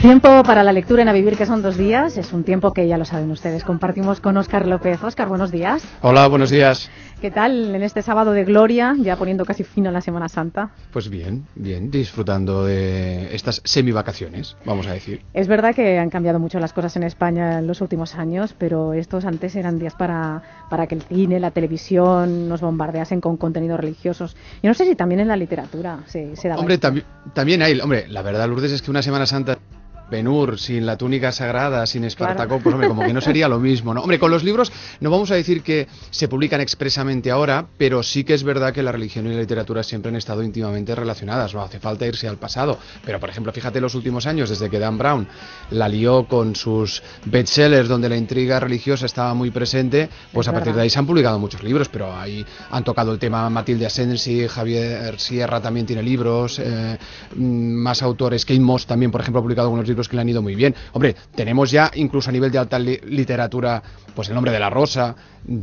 Tiempo para la lectura en A Vivir, que son 2 días. Es un tiempo que ya lo saben ustedes. Compartimos con Óscar López. Óscar, buenos días. Hola, buenos días. ¿Qué tal en este sábado de gloria, ya poniendo casi fin a la Semana Santa? Pues bien, disfrutando de estas semivacaciones, vamos a decir. Es verdad que han cambiado mucho las cosas en España en los últimos años, pero estos antes eran días para que el cine, la televisión nos bombardeasen con contenidos religiosos. Yo no sé si también en la literatura se daba. Hombre, también hay, la verdad, Lourdes, es que una Semana Santa Ben-Hur, sin la túnica sagrada, sin Espartaco, claro. Pues hombre, como que no sería lo mismo, ¿no? Hombre, con los libros no vamos a decir que se publican expresamente ahora, pero sí que es verdad que la religión y la literatura siempre han estado íntimamente relacionadas, no hace falta irse al pasado, pero por ejemplo, fíjate los últimos años, desde que Dan Brown la lió con sus bestsellers donde la intriga religiosa estaba muy presente, pues a partir de ahí se han publicado muchos libros, pero ahí han tocado el tema Matilde Asensi, Javier Sierra también tiene libros, más autores, Kate Moss también, por ejemplo, ha publicado algunos libros que le han ido muy bien. Hombre, tenemos ya incluso a nivel de alta literatura, pues El nombre de la rosa,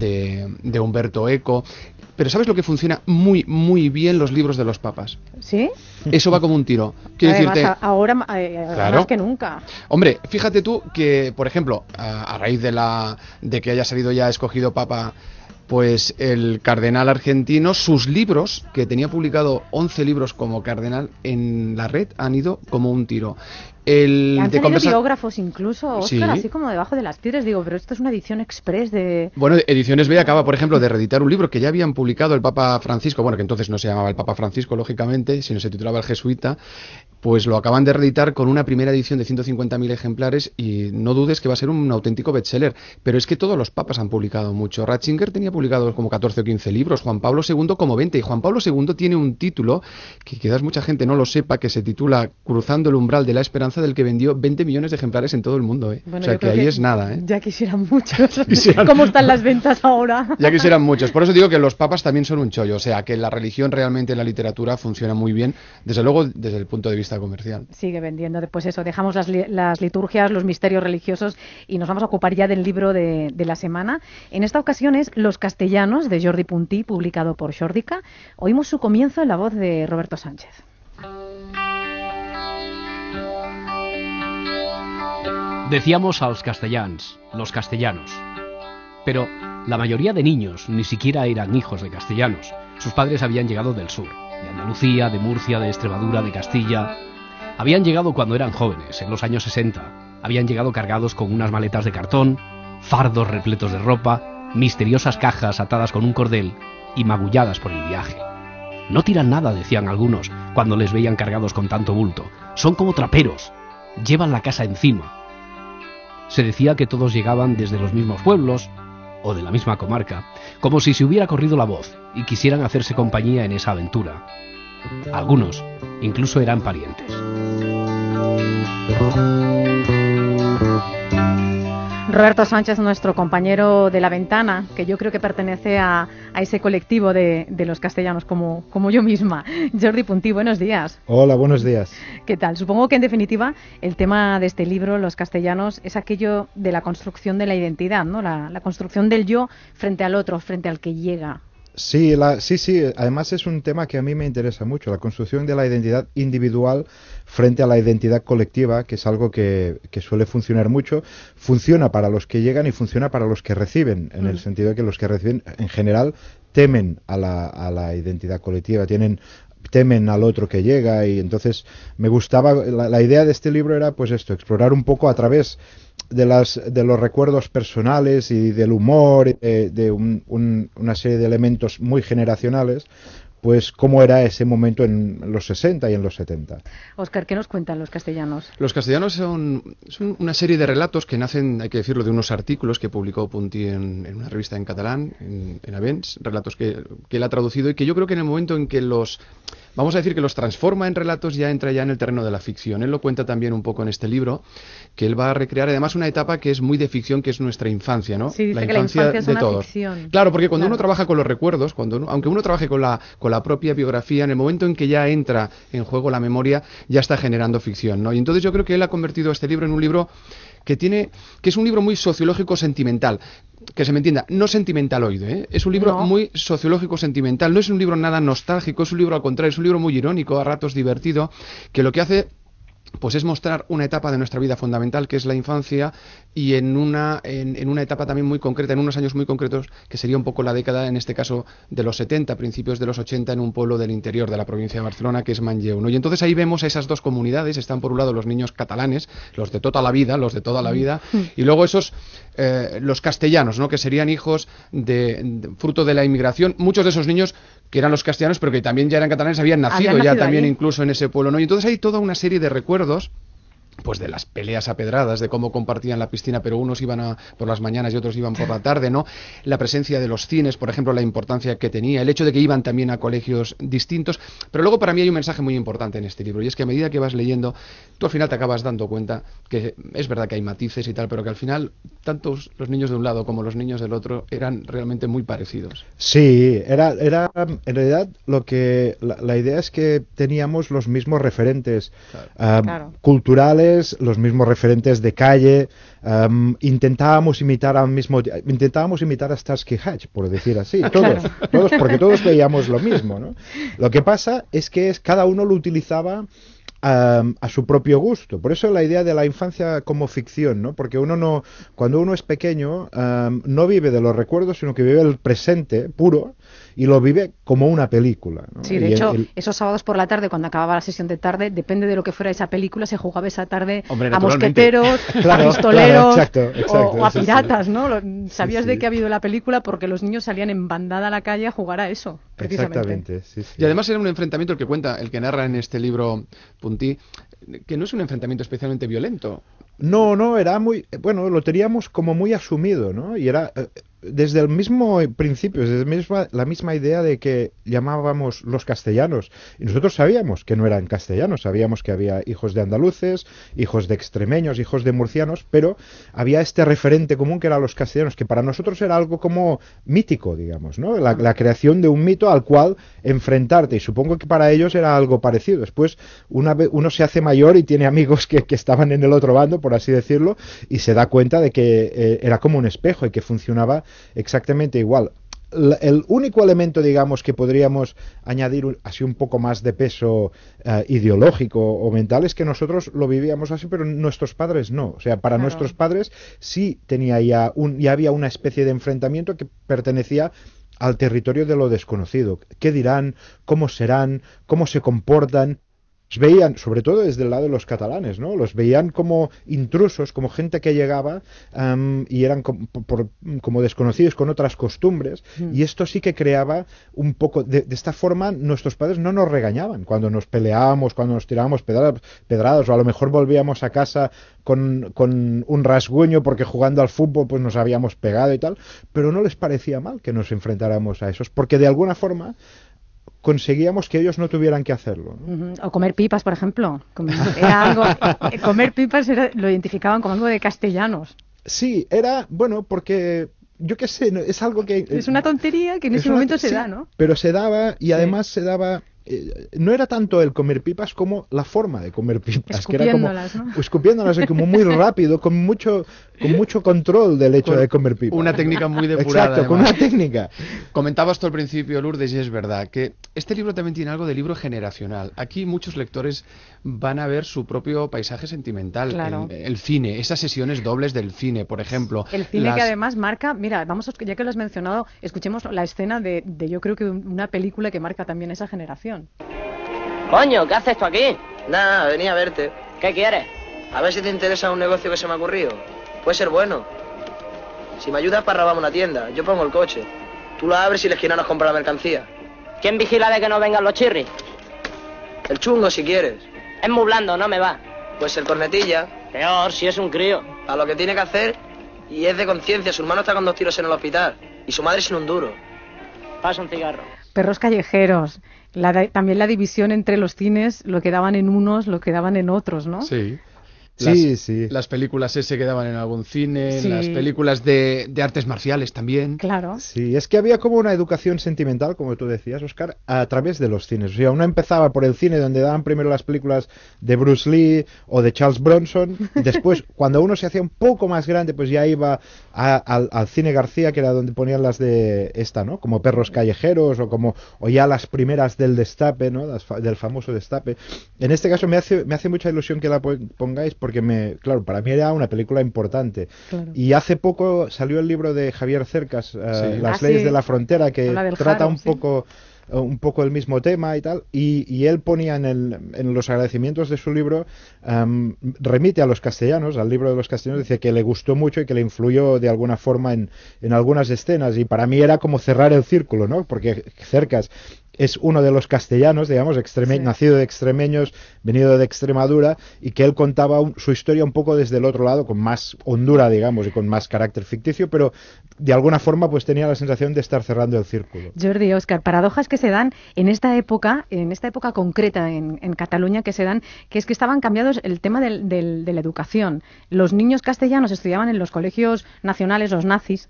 de Umberto Eco. Pero ¿sabes lo que funciona muy, muy bien? Los libros de los papas. ¿Sí? Eso va como un tiro. Quiero decirte, ahora claro, más que nunca. Hombre, fíjate tú que, por ejemplo, a raíz de que haya salido ya escogido papa, pues el cardenal argentino, sus libros, que tenía publicado 11 libros como cardenal en la red, han ido como un tiro. Han tenido biógrafos incluso, Óscar, sí, así como debajo de las piedras. Digo, pero esto es una edición express de... Bueno, Ediciones B acaba, por ejemplo, de reeditar un libro que ya habían publicado el Papa Francisco, bueno, que entonces no se llamaba el Papa Francisco, lógicamente, sino se titulaba El Jesuita, pues lo acaban de reeditar con una primera edición de 150.000 ejemplares y no dudes que va a ser un auténtico bestseller. Pero es que todos los papas han publicado mucho. Ratzinger tenía publicado como 14 o 15 libros, Juan Pablo II como 20, y Juan Pablo II tiene un título que quizás mucha gente no lo sepa, que se titula Cruzando el umbral de la esperanza, del que vendió 20 millones de ejemplares en todo el mundo, ¿eh? Bueno, o sea, que ahí es nada, ¿eh? Ya quisieran muchos. ¿Cómo están las ventas ahora? Ya quisieran muchos. Por eso digo que los papas también son un chollo. O sea, que la religión realmente en la literatura funciona muy bien, desde luego desde el punto de vista comercial. Sigue vendiendo. Después eso, dejamos las liturgias, los misterios religiosos y nos vamos a ocupar ya del libro de la semana. En esta ocasión es Los castellanos, de Jordi Puntí, publicado por Xòrdica. Oímos su comienzo en la voz de Roberto Sánchez. Decíamos als castellans, los castellanos. Pero la mayoría de niños ni siquiera eran hijos de castellanos. Sus padres habían llegado del sur, de Andalucía, de Murcia, de Extremadura, de Castilla. Habían llegado cuando eran jóvenes, en los años 60. Habían llegado cargados con unas maletas de cartón, fardos repletos de ropa, misteriosas cajas atadas con un cordel y magulladas por el viaje. No tiran nada, decían algunos, cuando les veían cargados con tanto bulto. Son como traperos, llevan la casa encima. Se decía que todos llegaban desde los mismos pueblos o de la misma comarca, como si se hubiera corrido la voz y quisieran hacerse compañía en esa aventura. Algunos incluso eran parientes. Roberto Sánchez, nuestro compañero de La Ventana, que yo creo que pertenece a ese colectivo de los castellanos, como yo misma. Jordi Puntí, buenos días. Hola, buenos días. ¿Qué tal? Supongo que en definitiva el tema de este libro, Los castellanos, es aquello de la construcción de la identidad, ¿no? La construcción del yo frente al otro, frente al que llega. Sí, sí. Además es un tema que a mí me interesa mucho, la construcción de la identidad individual frente a la identidad colectiva, que es algo que suele funcionar mucho. Funciona para los que llegan y funciona para los que reciben, en el sentido de que los que reciben, en general, temen a la identidad colectiva, temen al otro que llega, y entonces me gustaba, la idea de este libro era pues esto, explorar un poco a través de los recuerdos personales y del humor, de una serie de elementos muy generacionales, pues cómo era ese momento en los 60 y en los 70. Óscar, ¿qué nos cuentan los castellanos? Los castellanos son una serie de relatos que nacen, hay que decirlo, de unos artículos que publicó Puntí en una revista en catalán, en Avens, relatos que él ha traducido y que yo creo que en el momento en que vamos a decir que los transforma en relatos, ya entra ya en el terreno de la ficción. Él lo cuenta también un poco en este libro, que él va a recrear además una etapa que es muy de ficción, que es nuestra infancia, ¿no? Sí, dice la infancia es de una todos. Ficción. Claro, porque cuando uno trabaja con los recuerdos, aunque uno trabaje con la propia biografía, en el momento en que ya entra en juego la memoria, ya está generando ficción, ¿no? Y entonces yo creo que él ha convertido este libro en un libro que es un libro muy sociológico sentimental, que se me entienda, no sentimentaloide, ¿eh? Es un libro muy sociológico sentimental, no es un libro nada nostálgico, es un libro al contrario, es un libro muy irónico, a ratos divertido, que lo que hace pues es mostrar una etapa de nuestra vida fundamental, que es la infancia, y en una etapa también muy concreta, en unos años muy concretos, que sería un poco la década, en este caso, de los 70, principios de los 80, en un pueblo del interior de la provincia de Barcelona, que es Manlleu, ¿no? Y entonces ahí vemos a esas dos comunidades. Están por un lado los niños catalanes, los de toda la vida, y luego esos, los castellanos, ¿no? Que serían hijos fruto de la inmigración. Muchos de esos niños que eran los castellanos, pero que también ya eran catalanes, habían nacido ya también ahí, incluso en ese pueblo, ¿no? Y entonces hay toda una serie de recuerdos, pues de las peleas a pedradas, de cómo compartían la piscina, pero unos iban por las mañanas y otros iban por la tarde, ¿no? La presencia de los cines, por ejemplo, la importancia que tenía, el hecho de que iban también a colegios distintos. Pero luego para mí hay un mensaje muy importante en este libro, y es que a medida que vas leyendo, tú al final te acabas dando cuenta que es verdad que hay matices y tal, pero que al final tanto los niños de un lado como los niños del otro eran realmente muy parecidos. Sí, era en realidad la idea es que teníamos los mismos referentes culturales, los mismos referentes de calle. Intentábamos imitar a Starsky Hutch, por decir así, todos, porque todos veíamos lo mismo, ¿no? Lo que pasa es que cada uno lo utilizaba a su propio gusto. Por eso la idea de la infancia como ficción, ¿no? Porque cuando uno es pequeño, no vive de los recuerdos, sino que vive el presente puro y lo vive como una película, ¿no? Sí, de hecho, esos sábados por la tarde, cuando acababa la sesión de tarde, depende de lo que fuera esa película, se jugaba esa tarde a mosqueteros, a pistoleros, exacto, o a piratas, ¿no? Sabías de qué ha habido la película porque los niños salían en bandada a la calle a jugar a eso, precisamente. Exactamente, sí. Y además era un enfrentamiento el que narra en este libro Puntí, que no es un enfrentamiento especialmente violento. No, era lo teníamos como muy asumido, ¿no? Y era desde el mismo principio, desde la misma idea de que llamábamos los castellanos. Y nosotros sabíamos que no eran castellanos, sabíamos que había hijos de andaluces, hijos de extremeños, hijos de murcianos, pero había este referente común que eran los castellanos, que para nosotros era algo como mítico, digamos, ¿no? La creación de un mito al cual enfrentarte, y supongo que para ellos era algo parecido. Después uno se hace mayor y tiene amigos que estaban en el otro bando, por así decirlo, y se da cuenta de que era como un espejo y que funcionaba exactamente igual. El único elemento, digamos, que podríamos añadir así un poco más de peso ideológico o mental es que nosotros lo vivíamos así, pero nuestros padres no. O sea, para nuestros padres sí ya había una especie de enfrentamiento que pertenecía al territorio de lo desconocido. ¿Qué dirán? ¿Cómo serán? ¿Cómo se comportan? Los veían, sobre todo desde el lado de los catalanes, ¿no? Los veían como intrusos, como gente que llegaba y eran como desconocidos con otras costumbres, y esto sí que creaba un poco, de esta forma nuestros padres no nos regañaban cuando nos peleábamos, cuando nos tirábamos pedradas, o a lo mejor volvíamos a casa con un rasguño porque jugando al fútbol pues nos habíamos pegado y tal, pero no les parecía mal que nos enfrentáramos a esos, porque de alguna forma conseguíamos que ellos no tuvieran que hacerlo, ¿no? O comer pipas, por ejemplo. Comer pipas lo identificaban como algo de castellanos. Sí, porque yo qué sé, es algo que... Es una tontería que en ese momento se da, ¿no? Pero se daba, y además se daba... no era tanto el comer pipas como la forma de comer pipas, escupiéndolas, que era como, ¿no? Escupiéndolas, como muy rápido, con mucho control del hecho de comer pipas. Una técnica muy depurada. Exacto, con una técnica. Comentabas tú al principio, Lourdes, y es verdad que este libro también tiene algo de libro generacional. Aquí muchos lectores van a ver su propio paisaje sentimental, claro. el cine, esas sesiones dobles del cine, por ejemplo. El cine que además marca, mira, ya que lo has mencionado, escuchemos la escena de yo creo que una película que marca también esa generación. Coño, ¿qué haces tú aquí? Nada, venía a verte. ¿Qué quieres? A ver si te interesa un negocio que se me ha ocurrido. Puede ser bueno. Si me ayudas, parrabamos una tienda. Yo pongo el coche. Tú la abres y la esquina nos compra la mercancía. ¿Quién vigila de que no vengan los chirris? El chungo, si quieres. Es muy blando, no me va. Pues el cornetilla. Peor, si es un crío. A lo que tiene que hacer, y es de conciencia. Su hermano está con 2 tiros en el hospital. Y su madre sin un duro. Pasa un cigarro. Perros callejeros. También la división entre los cines, lo que daban en unos, lo que daban en otros, ¿no? Sí. Sí, sí. Las películas se quedaban en algún cine, Sí. las películas de artes marciales también. Claro. Sí, es que había como una educación sentimental, como tú decías, Oscar, a través de los cines. O sea, uno empezaba por el cine donde daban primero las películas de Bruce Lee o de Charles Bronson, y después, cuando uno se hacía un poco más grande, pues ya iba al cine García, que era donde ponían las de esta, ¿no? Como Perros Callejeros o ya las primeras del Destape, ¿no? Del famoso Destape. En este caso me hace mucha ilusión que la pongáis porque claro, para mí era una película importante. Claro. Y hace poco salió el libro de Javier Cercas, Las Ah, leyes sí. de la frontera, que Habla del trata Haro, sí. un poco el mismo tema y tal, y él ponía en los agradecimientos de su libro, remite a los castellanos, al libro de los castellanos, dice que le gustó mucho y que le influyó de alguna forma en algunas escenas, y para mí era como cerrar el círculo, ¿no? Porque Cercas es uno de los castellanos, digamos, Sí. nacido de extremeños, venido de Extremadura, y que él contaba su historia un poco desde el otro lado, con más hondura, digamos, y con más carácter ficticio, pero de alguna forma pues tenía la sensación de estar cerrando el círculo. Jordi, Óscar, paradojas que se dan en esta época concreta en Cataluña, que se dan, que es que estaban cambiados el tema de la educación. Los niños castellanos estudiaban en los colegios nacionales, los nazis.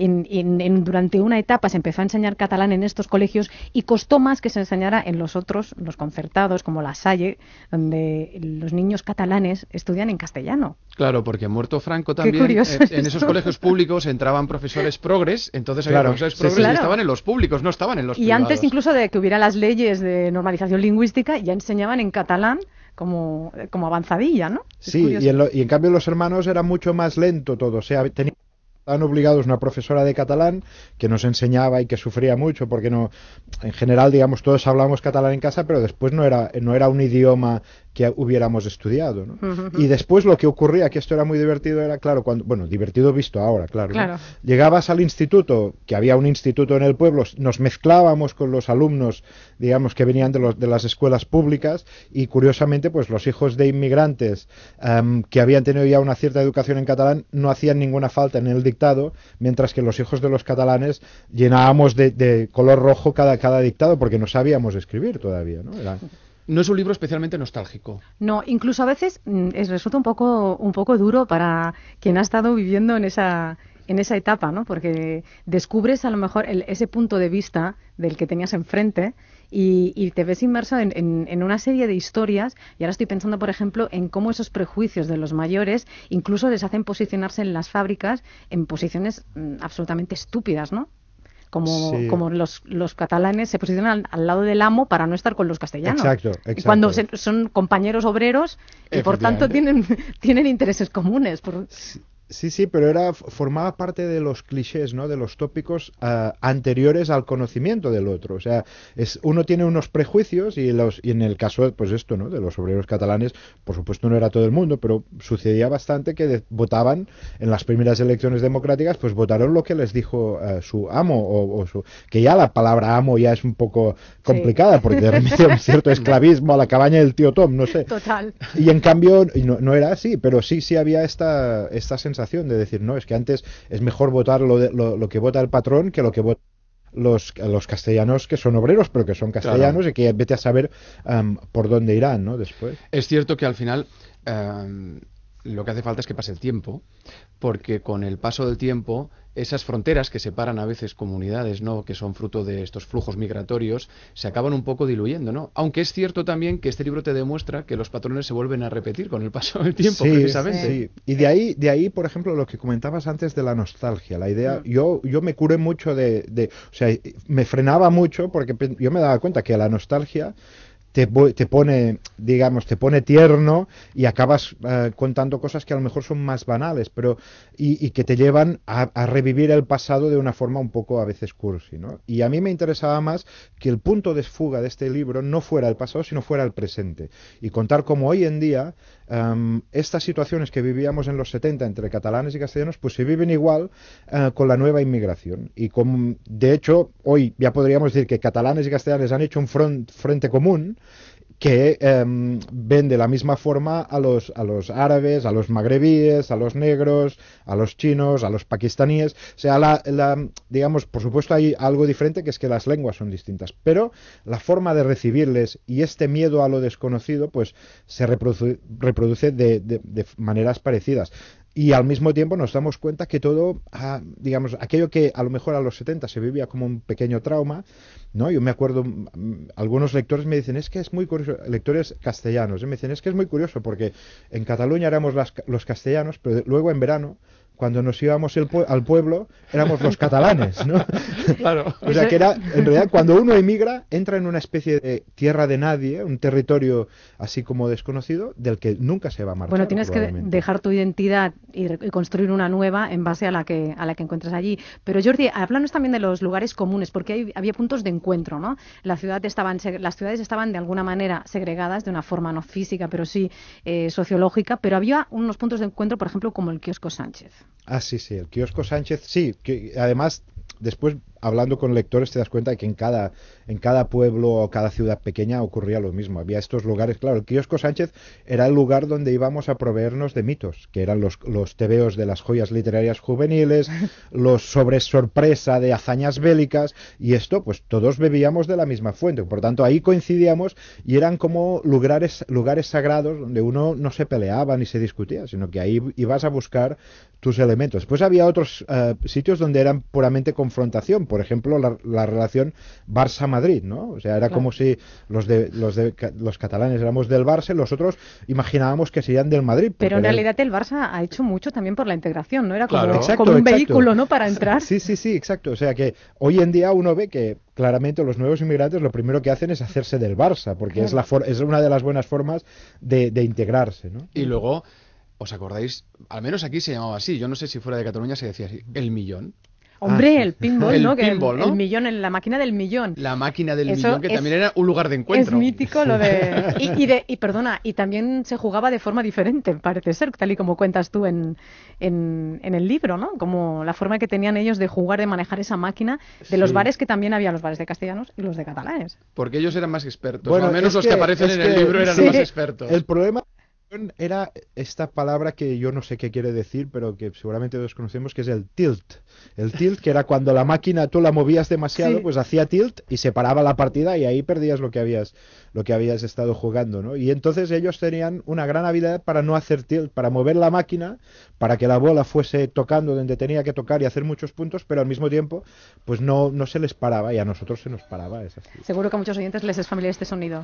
Durante una etapa se empezó a enseñar catalán en estos colegios y costó más que se enseñara en los otros, los concertados, como La Salle, donde los niños catalanes estudian en castellano. Claro, porque muerto Franco Qué también, curioso en esos colegios públicos entraban profesores progres, entonces había Claro, profesores sí, progres sí. y Claro. estaban en los públicos, no estaban en los Y privados. antes incluso de que hubiera las leyes de normalización lingüística, ya enseñaban en catalán como avanzadilla, ¿no? Es Sí, curioso. y en cambio los hermanos era mucho más lento todo, o sea, estaban obligados una profesora de catalán que nos enseñaba y que sufría mucho porque no, en general, digamos, todos hablamos catalán en casa, pero después no era un idioma que hubiéramos estudiado, ¿no? Y después lo que ocurría, que esto era muy divertido, era claro, divertido visto ahora, claro, ¿no? Claro. Llegabas al instituto, que había un instituto en el pueblo, nos mezclábamos con los alumnos, digamos, que venían de las escuelas públicas, y curiosamente, pues los hijos de inmigrantes que habían tenido ya una cierta educación en catalán no hacían ninguna falta en el dictado, mientras que los hijos de los catalanes llenábamos de color rojo cada dictado porque no sabíamos escribir todavía, ¿no? No es un libro especialmente nostálgico. No, incluso a veces resulta un poco duro para quien ha estado viviendo en esa etapa, ¿no? Porque descubres a lo mejor ese punto de vista del que tenías enfrente y te ves inmerso en una serie de historias. Y ahora estoy pensando, por ejemplo, en cómo esos prejuicios de los mayores incluso les hacen posicionarse en las fábricas en posiciones absolutamente estúpidas, ¿no? Sí. Como los catalanes se posicionan al lado del amo para no estar con los castellanos. Exacto. Cuando son compañeros obreros y por tanto tienen intereses comunes. Sí, pero formaba parte de los clichés, ¿no? De los tópicos anteriores al conocimiento del otro. O sea, uno tiene unos prejuicios y en el caso, pues esto, ¿no? De los obreros catalanes, por supuesto no era todo el mundo, pero sucedía bastante que votaban en las primeras elecciones democráticas, pues votaron lo que les dijo su amo que ya la palabra amo ya es un poco complicada, sí, porque remite a un cierto esclavismo, a la cabaña del tío Tom, no sé. Total. Y en cambio no era así, pero sí había esta sensación de decir, no, es que antes es mejor votar lo que vota el patrón que lo que vota los castellanos que son obreros, pero que son castellanos, claro, y que vete a saber por dónde irán, ¿no? Después. Es cierto que al final lo que hace falta es que pase el tiempo, porque con el paso del tiempo esas fronteras que separan a veces comunidades, ¿no?, que son fruto de estos flujos migratorios, se acaban un poco diluyendo, ¿no? Aunque es cierto también que este libro te demuestra que los patrones se vuelven a repetir con el paso del tiempo, sí, precisamente. Sí. Y de ahí, por ejemplo, lo que comentabas antes de la nostalgia, la idea, yo me curé mucho o sea, me frenaba mucho porque yo me daba cuenta que la nostalgia te pone, digamos, te pone tierno y acabas contando cosas que a lo mejor son más banales, pero y que te llevan a revivir el pasado de una forma un poco a veces cursi, ¿no? Y a mí me interesaba más que el punto de fuga de este libro no fuera el pasado, sino fuera el presente. Y contar cómo hoy en día estas situaciones que vivíamos en los 70 entre catalanes y castellanos, pues se viven igual con la nueva inmigración. Y de hecho, hoy ya podríamos decir que catalanes y castellanes han hecho un frente común, que ven de la misma forma a los árabes, a los magrebíes, a los negros, a los chinos, a los pakistaníes. O sea, digamos, por supuesto hay algo diferente, que es que las lenguas son distintas, pero la forma de recibirles y este miedo a lo desconocido pues se reproduce de maneras parecidas. Y al mismo tiempo nos damos cuenta que todo, digamos, aquello que a lo mejor a los 70 se vivía como un pequeño trauma, ¿no? Yo me acuerdo, algunos lectores me dicen, es que es muy curioso, lectores castellanos, me dicen, es que es muy curioso porque en Cataluña éramos los castellanos, pero luego en verano, cuando nos íbamos al pueblo, éramos los catalanes, ¿no? Claro. O sea, que era, en realidad, cuando uno emigra, entra en una especie de tierra de nadie, un territorio así como desconocido, del que nunca se va a marchar. Bueno, tienes que dejar tu identidad y construir una nueva en base a la que encuentras allí. Pero Jordi, háblanos también de los lugares comunes, porque había puntos de encuentro, ¿no? Las ciudades estaban de alguna manera segregadas, de una forma no física, pero sí sociológica, pero había unos puntos de encuentro, por ejemplo, como el Kiosco Sánchez. Ah, sí, el Kiosco Sánchez, sí, que además después hablando con lectores te das cuenta de que en cada pueblo o cada ciudad pequeña ocurría lo mismo. Había estos lugares, claro, el Kiosco Sánchez era el lugar donde íbamos a proveernos de mitos, que eran los tebeos de las joyas literarias juveniles, los sobres sorpresa de hazañas bélicas, y esto, pues todos bebíamos de la misma fuente. Por tanto, ahí coincidíamos y eran como lugares sagrados donde uno no se peleaba ni se discutía, sino que ahí ibas a buscar tus elementos. Después había otros sitios donde eran puramente confrontación. Por ejemplo, la relación Barça-Madrid, ¿no? O sea, era como si los catalanes éramos del Barça y los otros imaginábamos que serían del Madrid. Pero en realidad el Barça ha hecho mucho también por la integración, ¿no? Era como, exacto, como un vehículo, ¿no? Para entrar. Sí, exacto. O sea que hoy en día uno ve que claramente los nuevos inmigrantes lo primero que hacen es hacerse del Barça, porque es una de las buenas formas de integrarse, ¿no? Y luego, ¿os acordáis? Al menos aquí se llamaba así, yo no sé si fuera de Cataluña se decía así, el millón. Hombre, el pinball, ¿no? Pinball, ¿no? El millón, la máquina del millón. La máquina del millón, que también era un lugar de encuentro. Es mítico lo de... Y también se jugaba de forma diferente, parece ser, tal y como cuentas tú en el libro, ¿no? Como la forma que tenían ellos de jugar, de manejar esa máquina, de los bares, que también había los bares de castellanos y los de catalanes. Porque ellos eran más expertos, bueno, o al menos los que aparecen en el libro eran más expertos. El problema era esta palabra que yo no sé qué quiere decir, pero que seguramente todos conocemos, que es el tilt. El tilt, que era cuando la máquina tú la movías demasiado, pues hacía tilt y se paraba la partida y ahí perdías lo que habías estado jugando, ¿no? Y entonces ellos tenían una gran habilidad para no hacer tilt, para mover la máquina, para que la bola fuese tocando donde tenía que tocar y hacer muchos puntos, pero al mismo tiempo pues no se les paraba, y a nosotros se nos paraba. Es así. Seguro que a muchos oyentes les es familiar este sonido.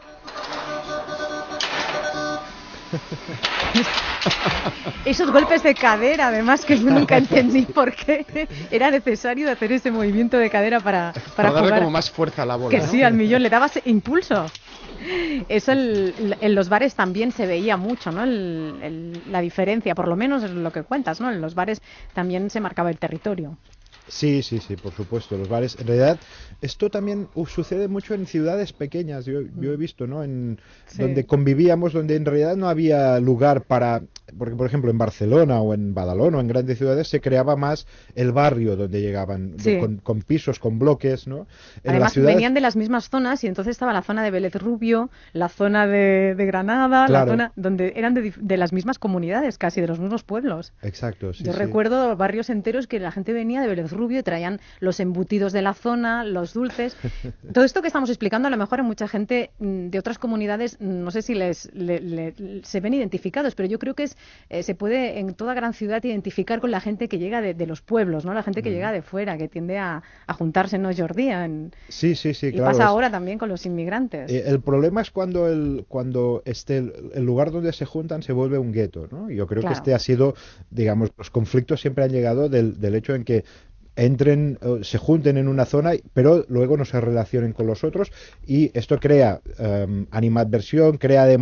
Esos golpes de cadera, además, que yo nunca entendí por qué era necesario hacer ese movimiento de cadera para darle jugar. como más fuerza a la bola, que ¿no? Sí, al millón le dabas impulso. Eso en los bares también se veía mucho, ¿no? La diferencia, por lo menos es lo que cuentas, ¿no? En los bares también se marcaba el territorio. Sí, por supuesto, los bares. En realidad, esto también sucede mucho en ciudades pequeñas. Yo he visto, ¿no? Donde convivíamos, donde en realidad no había lugar para... Porque, por ejemplo, en Barcelona o en Badalona o en grandes ciudades se creaba más el barrio donde llegaban, con pisos, con bloques, ¿no? Además, venían de las mismas zonas, y entonces estaba la zona de Vélez Rubio, la zona de Granada, la zona donde eran de las mismas comunidades, casi de los mismos pueblos. Exacto, Yo recuerdo barrios enteros que la gente venía de Vélez Rubio y traían los embutidos de la zona, los dulces. Todo esto que estamos explicando, a lo mejor a mucha gente de otras comunidades, no sé si se ven identificados, pero yo creo que se puede en toda gran ciudad identificar con la gente que llega de los pueblos, ¿no? La gente que llega de fuera, que tiende a juntarse, ¿no, Jordi? Sí, y claro. Pasa ahora también con los inmigrantes. El problema es cuando el lugar donde se juntan se vuelve un gueto, ¿no? Yo creo que este ha sido, digamos, los conflictos siempre han llegado del hecho en que entren, se junten en una zona, pero luego no se relacionen con los otros, y esto crea animadversión, crea además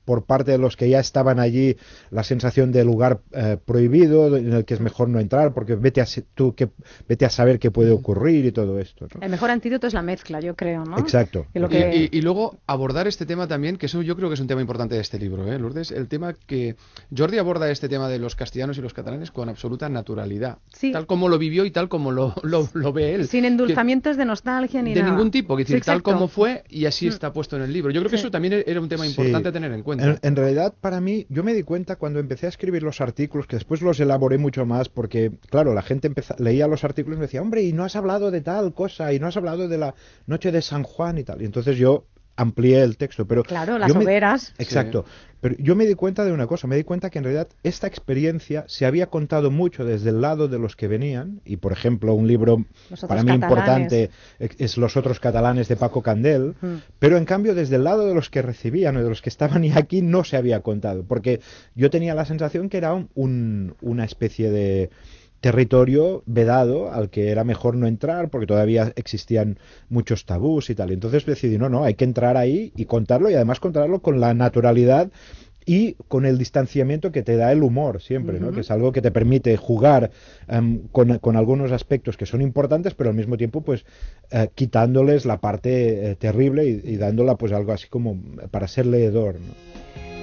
por parte de los que ya estaban allí la sensación de lugar prohibido, en el que es mejor no entrar, porque vete a saber qué puede ocurrir y todo esto, ¿no? El mejor antídoto es la mezcla, yo creo, ¿no? Exacto. Y luego abordar este tema también, que eso yo creo que es un tema importante de este libro, Lourdes, el tema que Jordi aborda este tema de los castellanos y los catalanes con absoluta naturalidad, sí, tal como lo vivió y tal como lo ve él. Sin endulzamientos de nostalgia ni de nada. ningún tipo, es decir, Sí, tal exacto. como fue y así está puesto en el libro. Yo creo que eso también era un tema importante a tener en cuenta. En realidad, para mí, yo me di cuenta cuando empecé a escribir los artículos, que después los elaboré mucho más, porque, claro, la gente leía los artículos y me decía, hombre, y no has hablado de tal cosa, y no has hablado de la noche de San Juan y tal. Y entonces yo amplié el texto, pero claro, las hogueras. Exacto. Sí. Pero yo me di cuenta de una cosa, me di cuenta que en realidad esta experiencia se había contado mucho desde el lado de los que venían, y por ejemplo un libro para mí importante es Los otros catalanes de Paco Candel, pero en cambio desde el lado de los que recibían o de los que estaban y aquí no se había contado, porque yo tenía la sensación que era una especie de territorio vedado al que era mejor no entrar porque todavía existían muchos tabús y tal. Entonces decidí, no, hay que entrar ahí y contarlo, y además contarlo con la naturalidad y con el distanciamiento que te da el humor siempre, ¿no? Que es algo que te permite jugar con algunos aspectos que son importantes, pero al mismo tiempo pues quitándoles la parte terrible y dándola pues algo así como para ser leedor, ¿no?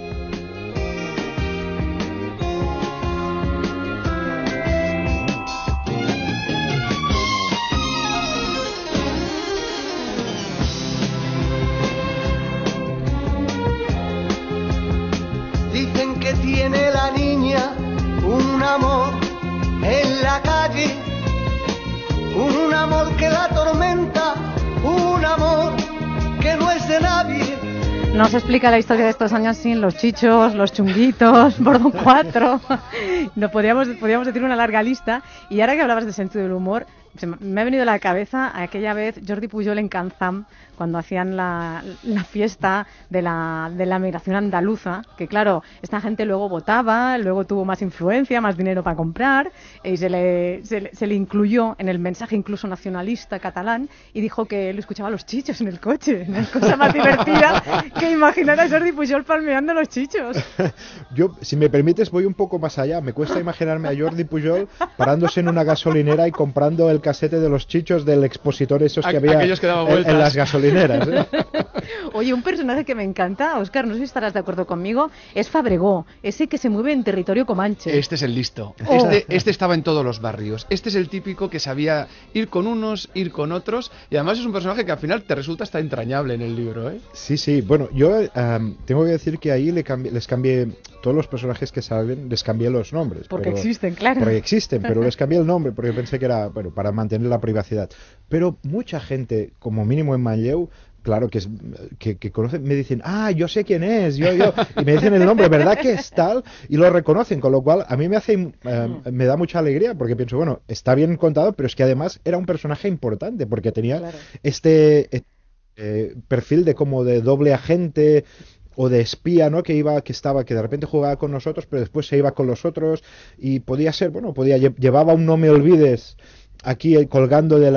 Tiene la niña un amor en la calle, un amor que la atormenta, un amor que no es de nadie. Nos explica la historia de estos años sin los chichos, los chunguitos, Bordón 4. No podríamos decir una larga lista. Y ahora que hablabas de sentido del humor, me ha venido a la cabeza aquella vez Jordi Pujol en Canzam, cuando hacían la fiesta de la migración andaluza, que claro, esta gente luego votaba, luego tuvo más influencia, más dinero para comprar, y se le incluyó en el mensaje incluso nacionalista catalán, y dijo que él escuchaba los chichos en el coche. No es cosa más divertida que imaginar a Jordi Pujol palmeando los chichos. Yo, si me permites, voy un poco más allá. Me cuesta imaginarme a Jordi Pujol parándose en una gasolinera y comprando el casete de los chichos del expositor esos que había en las gasolineras, ¿eh? Oye, un personaje que me encanta, Óscar, no sé si estarás de acuerdo conmigo, es Fabregó, ese que se mueve en territorio comanche. Este es el listo. Este estaba en todos los barrios. Este es el típico que sabía ir con unos, ir con otros, y además es un personaje que al final te resulta hasta entrañable en el libro, ¿eh? Sí. Bueno, yo tengo que decir que ahí les cambié todos los personajes que salen, les cambié los nombres. Porque existen, claro. Porque existen, pero les cambié el nombre porque pensé que era, bueno, para mantener la privacidad. Pero mucha gente, como mínimo en Manlleu, claro, que conocen, me dicen, yo sé quién es, yo, y me dicen el nombre, ¿verdad que es tal? Y lo reconocen, con lo cual a mí me da mucha alegría, porque pienso, bueno, está bien contado, pero es que además era un personaje importante, porque tenía este perfil de como de doble agente o de espía, ¿no? Que de repente jugaba con nosotros, pero después se iba con los otros, y podía ser, bueno, llevaba un no me olvides aquí colgando de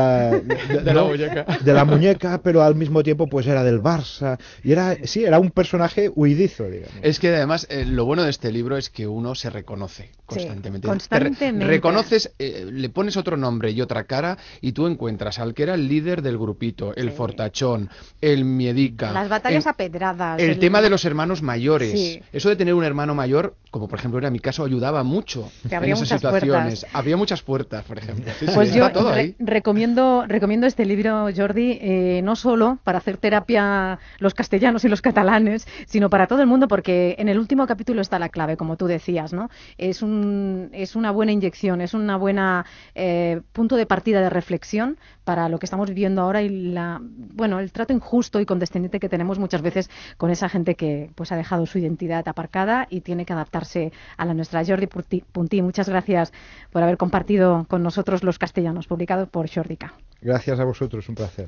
la muñeca, pero al mismo tiempo pues era del Barça, y era un personaje huidizo, digamos. Es que además lo bueno de este libro es que uno se reconoce constantemente. Sí, constantemente. Reconoces, le pones otro nombre y otra cara, y tú encuentras al que era el líder del grupito, el fortachón, el miedica, las batallas apedradas, el tema de los hermanos mayores. Sí. Eso de tener un hermano mayor, como por ejemplo era mi caso, ayudaba mucho que en esas situaciones. Puertas. Había muchas puertas, por ejemplo. Sí, pues yo todo ahí. recomiendo este libro, Jordi, no solo para hacer terapia los castellanos y los catalanes, sino para todo el mundo, porque en el último capítulo está la clave, como tú decías, ¿no? Es una buena inyección, es una buena punto de partida de reflexión para lo que estamos viviendo ahora y el trato injusto y condescendiente que tenemos muchas veces con esa gente que pues ha dejado su identidad aparcada y tiene que adaptarse a la nuestra. Jordi Puntí, muchas gracias por haber compartido con nosotros Los castellanos, publicado por Xórdica. Gracias a vosotros, un placer.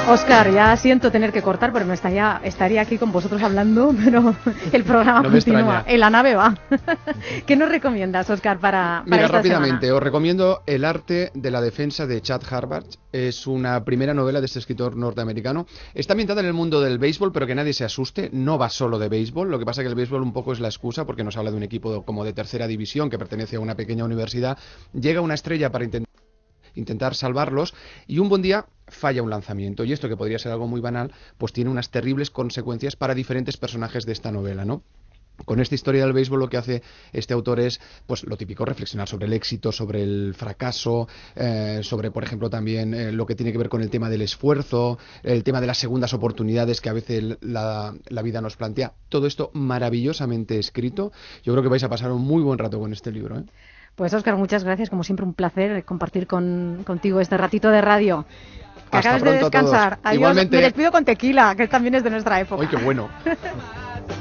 Óscar, ya siento tener que cortar, pero estaría aquí con vosotros hablando, pero el programa no continúa. En la nave va. ¿Qué nos recomiendas, Óscar, para Mira, esta rápidamente, semana? os recomiendo El arte de la defensa de Chad Harvard. Es una primera novela de este escritor norteamericano. Está ambientada en el mundo del béisbol, pero que nadie se asuste, no va solo de béisbol. Lo que pasa es que el béisbol un poco es la excusa, porque nos habla de un equipo como de tercera división que pertenece a una pequeña universidad. Llega una estrella para intentar salvarlos y un buen día falla un lanzamiento, y esto, que podría ser algo muy banal, pues tiene unas terribles consecuencias para diferentes personajes de esta novela, ¿no? Con esta historia del béisbol lo que hace este autor es, pues lo típico, reflexionar sobre el éxito, sobre el fracaso, sobre, por ejemplo, también lo que tiene que ver con el tema del esfuerzo, el tema de las segundas oportunidades que a veces la vida nos plantea. Todo esto maravillosamente escrito. Yo creo que vais a pasar un muy buen rato con este libro, ¿eh? Pues Óscar, muchas gracias, como siempre un placer compartir contigo este ratito de radio. Que Hasta acabes de pronto a todos. descansar. Adiós. Igualmente. Me despido con tequila, que también es de nuestra época. ¡Ay, qué bueno!